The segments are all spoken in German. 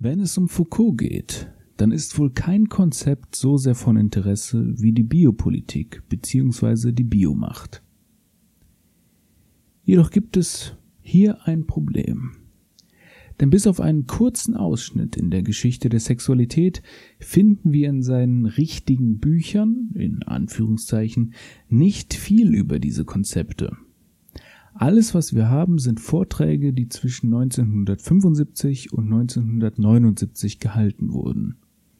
Wenn es um Foucault geht, dann ist wohl kein Konzept so sehr von Interesse wie die Biopolitik bzw. die Biomacht. Jedoch gibt es hier ein Problem. Denn bis auf einen kurzen Ausschnitt in der Geschichte der Sexualität finden wir in seinen richtigen Büchern, in Anführungszeichen, nicht viel über diese Konzepte. Alles, was wir haben, sind Vorträge, die zwischen 1975 und 1979 gehalten wurden.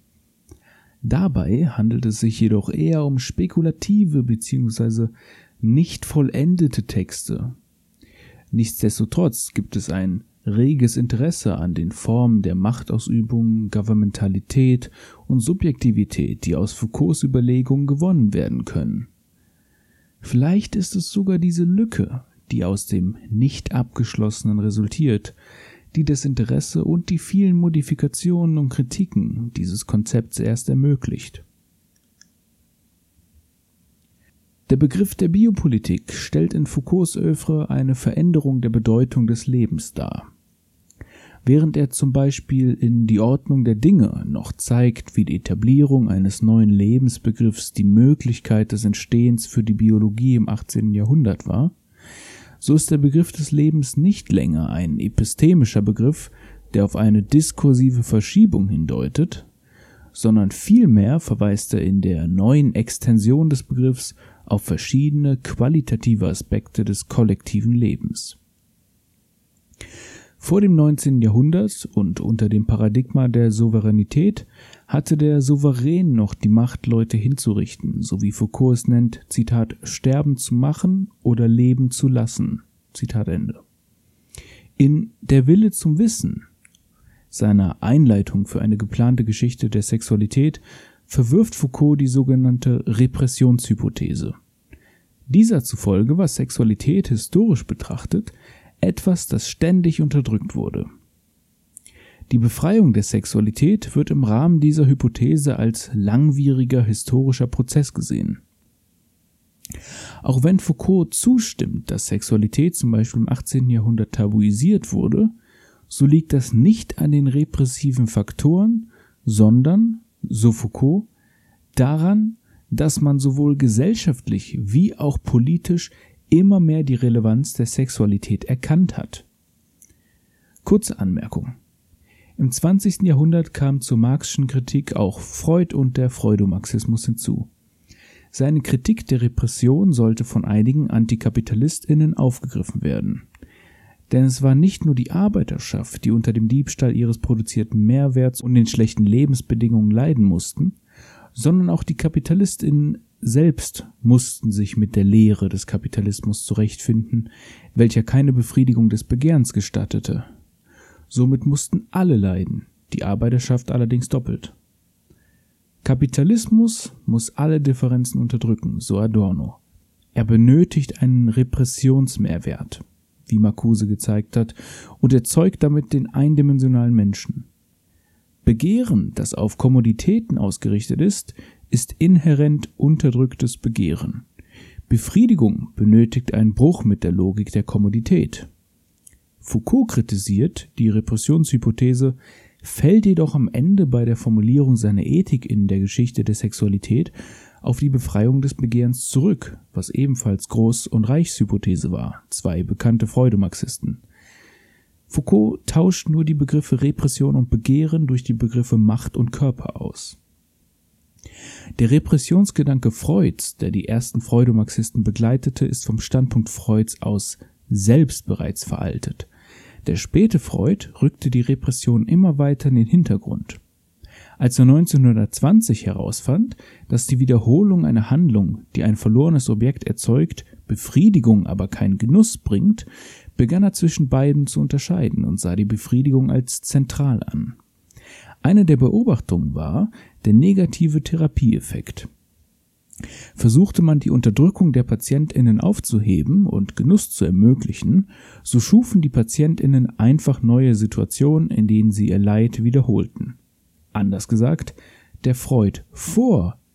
Dabei handelt es sich jedoch eher um spekulative bzw. nicht vollendete Texte. Nichtsdestotrotz gibt es ein reges Interesse an den Formen der Machtausübung, Gouvernementalität und Subjektivität, die aus Foucaults Überlegungen gewonnen werden können. Vielleicht ist es sogar diese Lücke, die aus dem Nicht-Abgeschlossenen resultiert, die das Interesse und die vielen Modifikationen und Kritiken dieses Konzepts erst ermöglicht. Der Begriff der Biopolitik stellt in Foucaults Œuvre eine Veränderung der Bedeutung des Lebens dar. Während er zum Beispiel in Die Ordnung der Dinge noch zeigt, wie die Etablierung eines neuen Lebensbegriffs die Möglichkeit des Entstehens für die Biologie im 18. Jahrhundert war, so ist der Begriff des Lebens nicht länger ein epistemischer Begriff, der auf eine diskursive Verschiebung hindeutet, sondern vielmehr verweist er in der neuen Extension des Begriffs auf verschiedene qualitative Aspekte des kollektiven Lebens. Vor dem 19. Jahrhundert und unter dem Paradigma der Souveränität hatte der Souverän noch die Macht, Leute hinzurichten, so wie Foucault es nennt, Zitat, sterben zu machen oder leben zu lassen, Zitat Ende. In Der Wille zum Wissen, seiner Einleitung für eine geplante Geschichte der Sexualität, verwirft Foucault die sogenannte Repressionshypothese. Dieser zufolge war Sexualität historisch betrachtet etwas, das ständig unterdrückt wurde. Die Befreiung der Sexualität wird im Rahmen dieser Hypothese als langwieriger historischer Prozess gesehen. Auch wenn Foucault zustimmt, dass Sexualität zum Beispiel im 18. Jahrhundert tabuisiert wurde, so liegt das nicht an den repressiven Faktoren, sondern, so Foucault, daran, dass man sowohl gesellschaftlich wie auch politisch immer mehr die Relevanz der Sexualität erkannt hat. Kurze Anmerkung. Im 20. Jahrhundert kam zur Marxischen Kritik auch Freud und der Freudomarxismus hinzu. Seine Kritik der Repression sollte von einigen AntikapitelistInnen aufgegriffen werden. Denn es war nicht nur die Arbeiterschaft, die unter dem Diebstahl ihres produzierten Mehrwerts und den schlechten Lebensbedingungen leiden mussten, sondern auch die KapitalistInnen selbst mussten sich mit der Lehre des Kapitalismus zurechtfinden, welcher keine Befriedigung des Begehrens gestattete. Somit mussten alle leiden, die Arbeiterschaft allerdings doppelt. Kapitalismus muss alle Differenzen unterdrücken, so Adorno. Er benötigt einen Repressionsmehrwert, wie Marcuse gezeigt hat, und erzeugt damit den eindimensionalen Menschen. Begehren, das auf Kommoditäten ausgerichtet ist inhärent unterdrücktes Begehren. Befriedigung benötigt einen Bruch mit der Logik der Kommodität. Foucault kritisiert die Repressionshypothese, fällt jedoch am Ende bei der Formulierung seiner Ethik in der Geschichte der Sexualität auf die Befreiung des Begehrens zurück, was ebenfalls Groß- und Reichshypothese war, zwei bekannte Freudomarxisten. Foucault tauscht nur die Begriffe Repression und Begehren durch die Begriffe Macht und Körper aus. Der Repressionsgedanke Freuds, der die ersten Freudomarxisten begleitete, ist vom Standpunkt Freuds aus selbst bereits veraltet. Der späte Freud rückte die Repression immer weiter in den Hintergrund. Als er 1920 herausfand, dass die Wiederholung einer Handlung, die ein verlorenes Objekt erzeugt, Befriedigung aber keinen Genuss bringt, begann er zwischen beiden zu unterscheiden und sah die Befriedigung als zentral an. Eine der Beobachtungen war der negative Therapieeffekt. Versuchte man die Unterdrückung der PatientInnen aufzuheben und Genuss zu ermöglichen, so schufen die PatientInnen einfach neue Situationen, in denen sie ihr Leid wiederholten. Anders gesagt, der Freud vor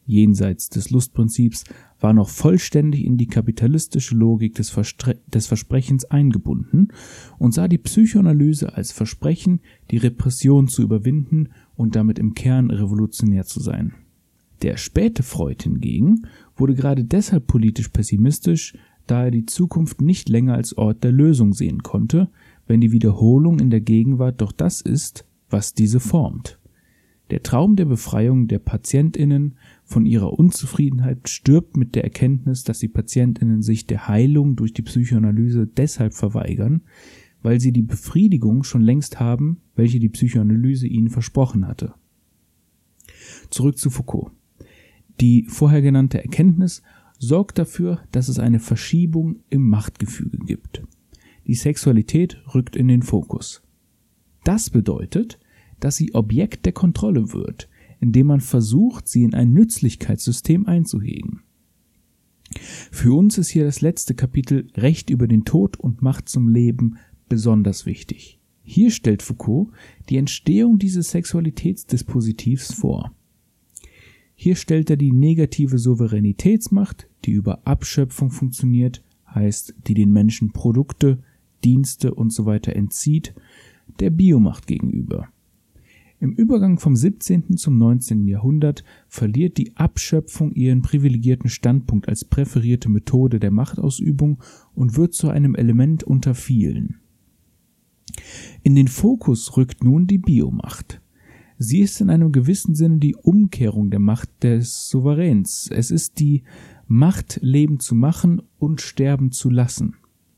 jenseits des Lustprinzips, war noch vollständig in die kapitalistische Logik des Versprechens eingebunden und sah die Psychoanalyse als Versprechen, die Repression zu überwinden und damit im Kern revolutionär zu sein. Der späte Freud hingegen wurde gerade deshalb politisch pessimistisch, da er die Zukunft nicht länger als Ort der Lösung sehen konnte, wenn die Wiederholung in der Gegenwart doch das ist, was diese formt. Der Traum der Befreiung der PatientInnen von ihrer Unzufriedenheit stirbt mit der Erkenntnis, dass die PatientInnen sich der Heilung durch die Psychoanalyse deshalb verweigern, weil sie die Befriedigung schon längst haben, welche die Psychoanalyse ihnen versprochen hatte. Zurück zu Foucault. Die vorher genannte Erkenntnis sorgt dafür, dass es eine Verschiebung im Machtgefüge gibt. Die Sexualität rückt in den Fokus. Das bedeutet, dass sie Objekt der Kontrolle wird, indem man versucht, sie in ein Nützlichkeitssystem einzuhegen. Für uns ist hier das letzte Kapitel Recht über den Tod und Macht zum Leben besonders wichtig. Hier stellt Foucault die Entstehung dieses Sexualitätsdispositivs vor. Hier stellt er die negative Souveränitätsmacht, die über Abschöpfung funktioniert, heißt, die den Menschen Produkte, Dienste usw. entzieht, der Biomacht gegenüber. Im Übergang vom 17. zum 19. Jahrhundert verliert die Abschöpfung ihren privilegierten Standpunkt als präferierte Methode der Machtausübung und wird zu einem Element unter vielen. In den Fokus rückt nun die Biomacht. Sie ist in einem gewissen Sinne die Umkehrung der Macht des Souveräns. Es ist die Macht, Leben zu machen und sterben zu lassen.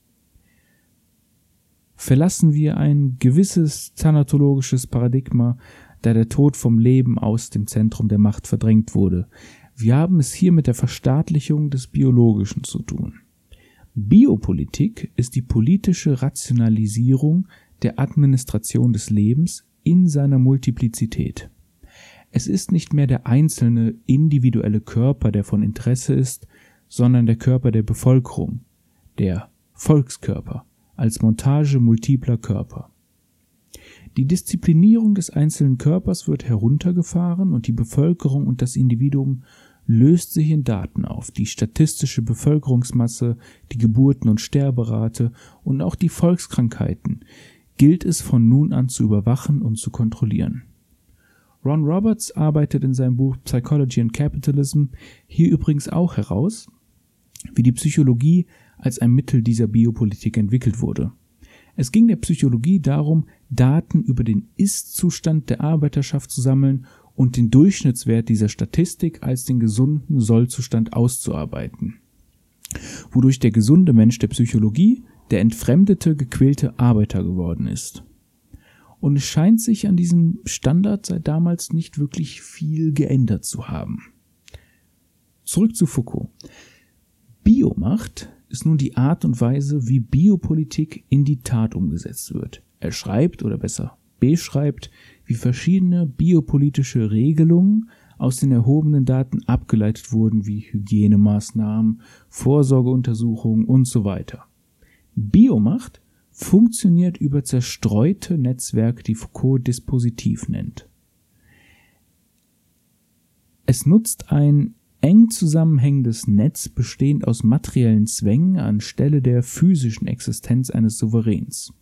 Verlassen wir ein gewisses thanatologisches Paradigma, da der Tod vom Leben aus dem Zentrum der Macht verdrängt wurde. Wir haben es hier mit der Verstaatlichung des Biologischen zu tun. Biopolitik ist die politische Rationalisierung der Administration des Lebens in seiner Multiplizität. Es ist nicht mehr der einzelne individuelle Körper, der von Interesse ist, sondern der Körper der Bevölkerung, der Volkskörper, als Montage multipler Körper. Die Disziplinierung des einzelnen Körpers wird heruntergefahren und die Bevölkerung und das Individuum löst sich in Daten auf. Die statistische Bevölkerungsmasse, die Geburten- und Sterberate und auch die Volkskrankheiten gilt es von nun an zu überwachen und zu kontrollieren. Ron Roberts arbeitet in seinem Buch Psychology and Capitalism hier übrigens auch heraus, wie die Psychologie als ein Mittel dieser Biopolitik entwickelt wurde. Es ging der Psychologie darum, Daten über den Ist-Zustand der Arbeiterschaft zu sammeln und den Durchschnittswert dieser Statistik als den gesunden Soll-Zustand auszuarbeiten, wodurch der gesunde Mensch der Psychologie der entfremdete, gequälte Arbeiter geworden ist. Und es scheint sich an diesem Standard seit damals nicht wirklich viel geändert zu haben. Zurück zu Foucault. Biomacht ist nun die Art und Weise, wie Biopolitik in die Tat umgesetzt wird. Er schreibt, oder besser beschreibt, wie verschiedene biopolitische Regelungen aus den erhobenen Daten abgeleitet wurden, wie Hygienemaßnahmen, Vorsorgeuntersuchungen und so weiter. Biomacht funktioniert über zerstreute Netzwerke, die Foucault Dispositiv nennt. Es nutzt ein eng zusammenhängendes Netz bestehend aus materiellen Zwängen anstelle der physischen Existenz eines Souveräns.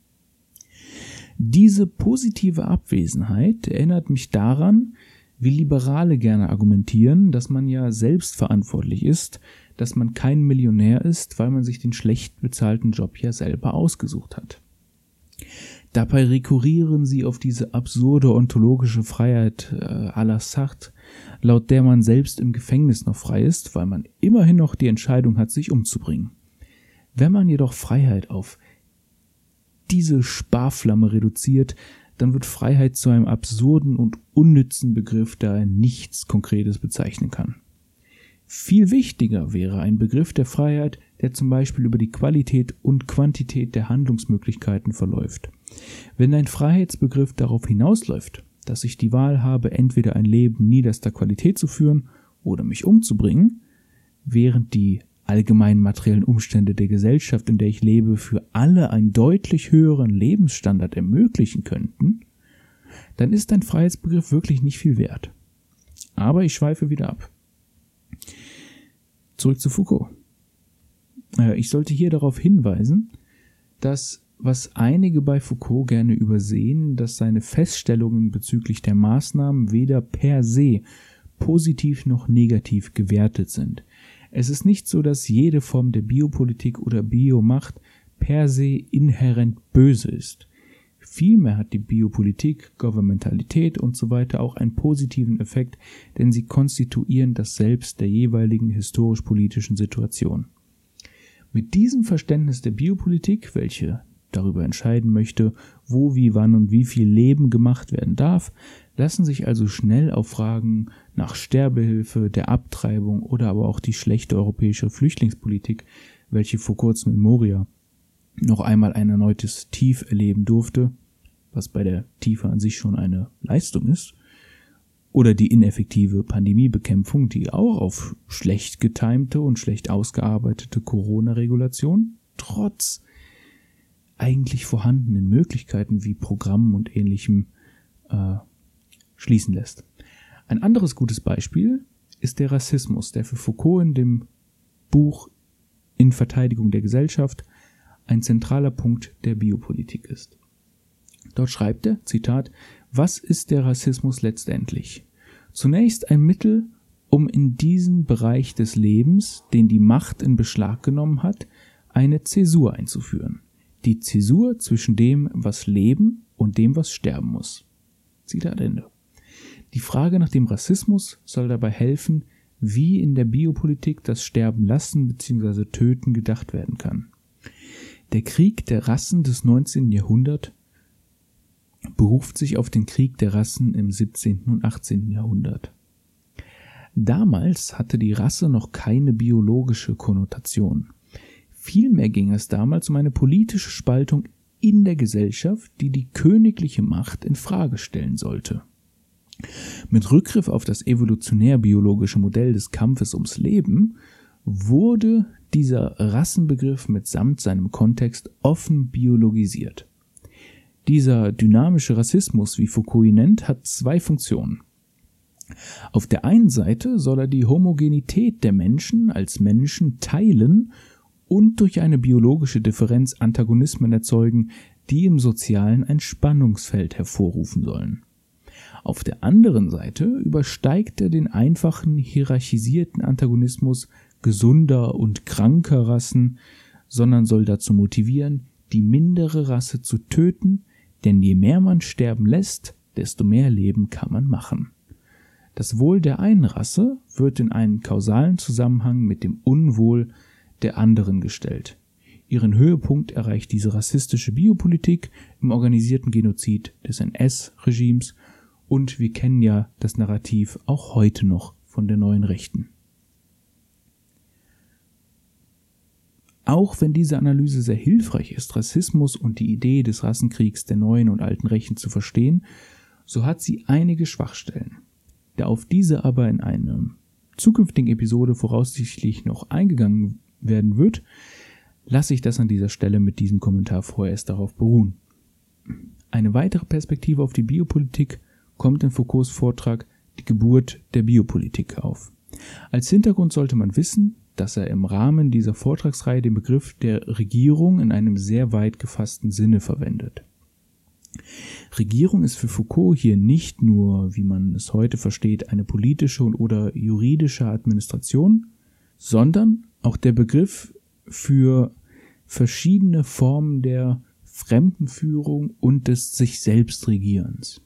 Diese positive Abwesenheit erinnert mich daran, wie Liberale gerne argumentieren, dass man ja selbst verantwortlich ist, dass man kein Millionär ist, weil man sich den schlecht bezahlten Job ja selber ausgesucht hat. Dabei rekurrieren sie auf diese absurde ontologische Freiheit à la Sartre, laut der man selbst im Gefängnis noch frei ist, weil man immerhin noch die Entscheidung hat, sich umzubringen. Wenn man jedoch Freiheit auf diese Sparflamme reduziert, dann wird Freiheit zu einem absurden und unnützen Begriff, da er nichts Konkretes bezeichnen kann. Viel wichtiger wäre ein Begriff der Freiheit, der zum Beispiel über die Qualität und Quantität der Handlungsmöglichkeiten verläuft. Wenn ein Freiheitsbegriff darauf hinausläuft, dass ich die Wahl habe, entweder ein Leben niederster Qualität zu führen oder mich umzubringen, während die allgemeinen materiellen Umstände der Gesellschaft, in der ich lebe, für alle einen deutlich höheren Lebensstandard ermöglichen könnten, dann ist ein Freiheitsbegriff wirklich nicht viel wert. Aber ich schweife wieder ab. Zurück zu Foucault. Ich sollte hier darauf hinweisen, dass, was einige bei Foucault gerne übersehen, dass seine Feststellungen bezüglich der Maßnahmen weder per se positiv noch negativ gewertet sind. Es ist nicht so, dass jede Form der Biopolitik oder Biomacht per se inhärent böse ist. Vielmehr hat die Biopolitik, Gouvernementalität und so weiter auch einen positiven Effekt, denn sie konstituieren das Selbst der jeweiligen historisch-politischen Situation. Mit diesem Verständnis der Biopolitik, welche darüber entscheiden möchte, wo, wie, wann und wie viel Leben gemacht werden darf, lassen sich also schnell auf Fragen nach Sterbehilfe, der Abtreibung oder aber auch die schlechte europäische Flüchtlingspolitik, welche vor kurzem in Moria noch einmal ein erneutes Tief erleben durfte, was bei der Tiefe an sich schon eine Leistung ist, oder die ineffektive Pandemiebekämpfung, die auch auf schlecht getimte und schlecht ausgearbeitete Corona-Regulation trotz eigentlich vorhandenen Möglichkeiten wie Programmen und Ähnlichem schließen lässt. Ein anderes gutes Beispiel ist der Rassismus, der für Foucault in dem Buch In Verteidigung der Gesellschaft ein zentraler Punkt der Biopolitik ist. Dort schreibt er, Zitat, was ist der Rassismus letztendlich? Zunächst ein Mittel, um in diesen Bereich des Lebens, den die Macht in Beschlag genommen hat, eine Zäsur einzuführen. Die Zäsur zwischen dem, was leben und dem, was sterben muss. Zitat Ende. Die Frage nach dem Rassismus soll dabei helfen, wie in der Biopolitik das Sterben lassen bzw. Töten gedacht werden kann. Der Krieg der Rassen des 19. Jahrhunderts beruft sich auf den Krieg der Rassen im 17. und 18. Jahrhundert. Damals hatte die Rasse noch keine biologische Konnotation. Vielmehr ging es damals um eine politische Spaltung in der Gesellschaft, die die königliche Macht in Frage stellen sollte. Mit Rückgriff auf das evolutionär-biologische Modell des Kampfes ums Leben wurde dieser Rassenbegriff mitsamt seinem Kontext offen biologisiert. Dieser dynamische Rassismus, wie Foucault ihn nennt, hat zwei Funktionen. Auf der einen Seite soll er die Homogenität der Menschen als Menschen teilen und durch eine biologische Differenz Antagonismen erzeugen, die im Sozialen ein Spannungsfeld hervorrufen sollen. Auf der anderen Seite übersteigt er den einfachen, hierarchisierten Antagonismus gesunder und kranker Rassen, sondern soll dazu motivieren, die mindere Rasse zu töten, denn je mehr man sterben lässt, desto mehr Leben kann man machen. Das Wohl der einen Rasse wird in einen kausalen Zusammenhang mit dem Unwohl der anderen gestellt. Ihren Höhepunkt erreicht diese rassistische Biopolitik im organisierten Genozid des NS-Regimes und wir kennen ja das Narrativ auch heute noch von der neuen Rechten. Auch wenn diese Analyse sehr hilfreich ist, Rassismus und die Idee des Rassenkriegs der neuen und alten Rechten zu verstehen, so hat sie einige Schwachstellen. Da auf diese aber in einer zukünftigen Episode voraussichtlich noch eingegangen werden wird, lasse ich das an dieser Stelle mit diesem Kommentar vorerst darauf beruhen. Eine weitere Perspektive auf die Biopolitik kommt in Foucaults Vortrag Die Geburt der Biopolitik auf. Als Hintergrund sollte man wissen, dass er im Rahmen dieser Vortragsreihe den Begriff der Regierung in einem sehr weit gefassten Sinne verwendet. Regierung ist für Foucault hier nicht nur, wie man es heute versteht, eine politische oder juridische Administration, sondern auch der Begriff für verschiedene Formen der Fremdenführung und des sich selbst Regierens.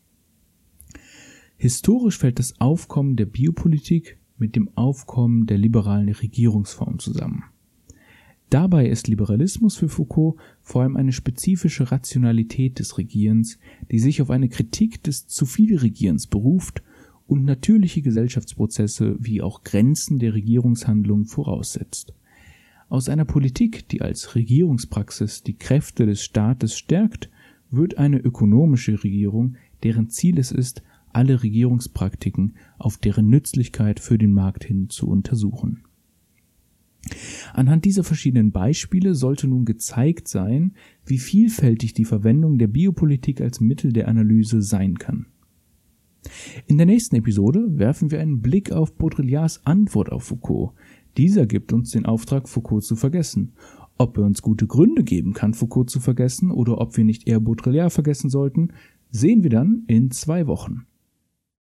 Historisch fällt das Aufkommen der Biopolitik mit dem Aufkommen der liberalen Regierungsform zusammen. Dabei ist Liberalismus für Foucault vor allem eine spezifische Rationalität des Regierens, die sich auf eine Kritik des Zuvielregierens beruft und natürliche Gesellschaftsprozesse wie auch Grenzen der Regierungshandlung voraussetzt. Aus einer Politik, die als Regierungspraxis die Kräfte des Staates stärkt, wird eine ökonomische Regierung, deren Ziel es ist, alle Regierungspraktiken auf deren Nützlichkeit für den Markt hin zu untersuchen. Anhand dieser verschiedenen Beispiele sollte nun gezeigt sein, wie vielfältig die Verwendung der Biopolitik als Mittel der Analyse sein kann. In der nächsten Episode werfen wir einen Blick auf Baudrillards Antwort auf Foucault, Dieser gibt uns den Auftrag, Foucault zu vergessen. Ob er uns gute Gründe geben kann, Foucault zu vergessen, oder ob wir nicht eher Baudrillard vergessen sollten, sehen wir dann in 2 Wochen.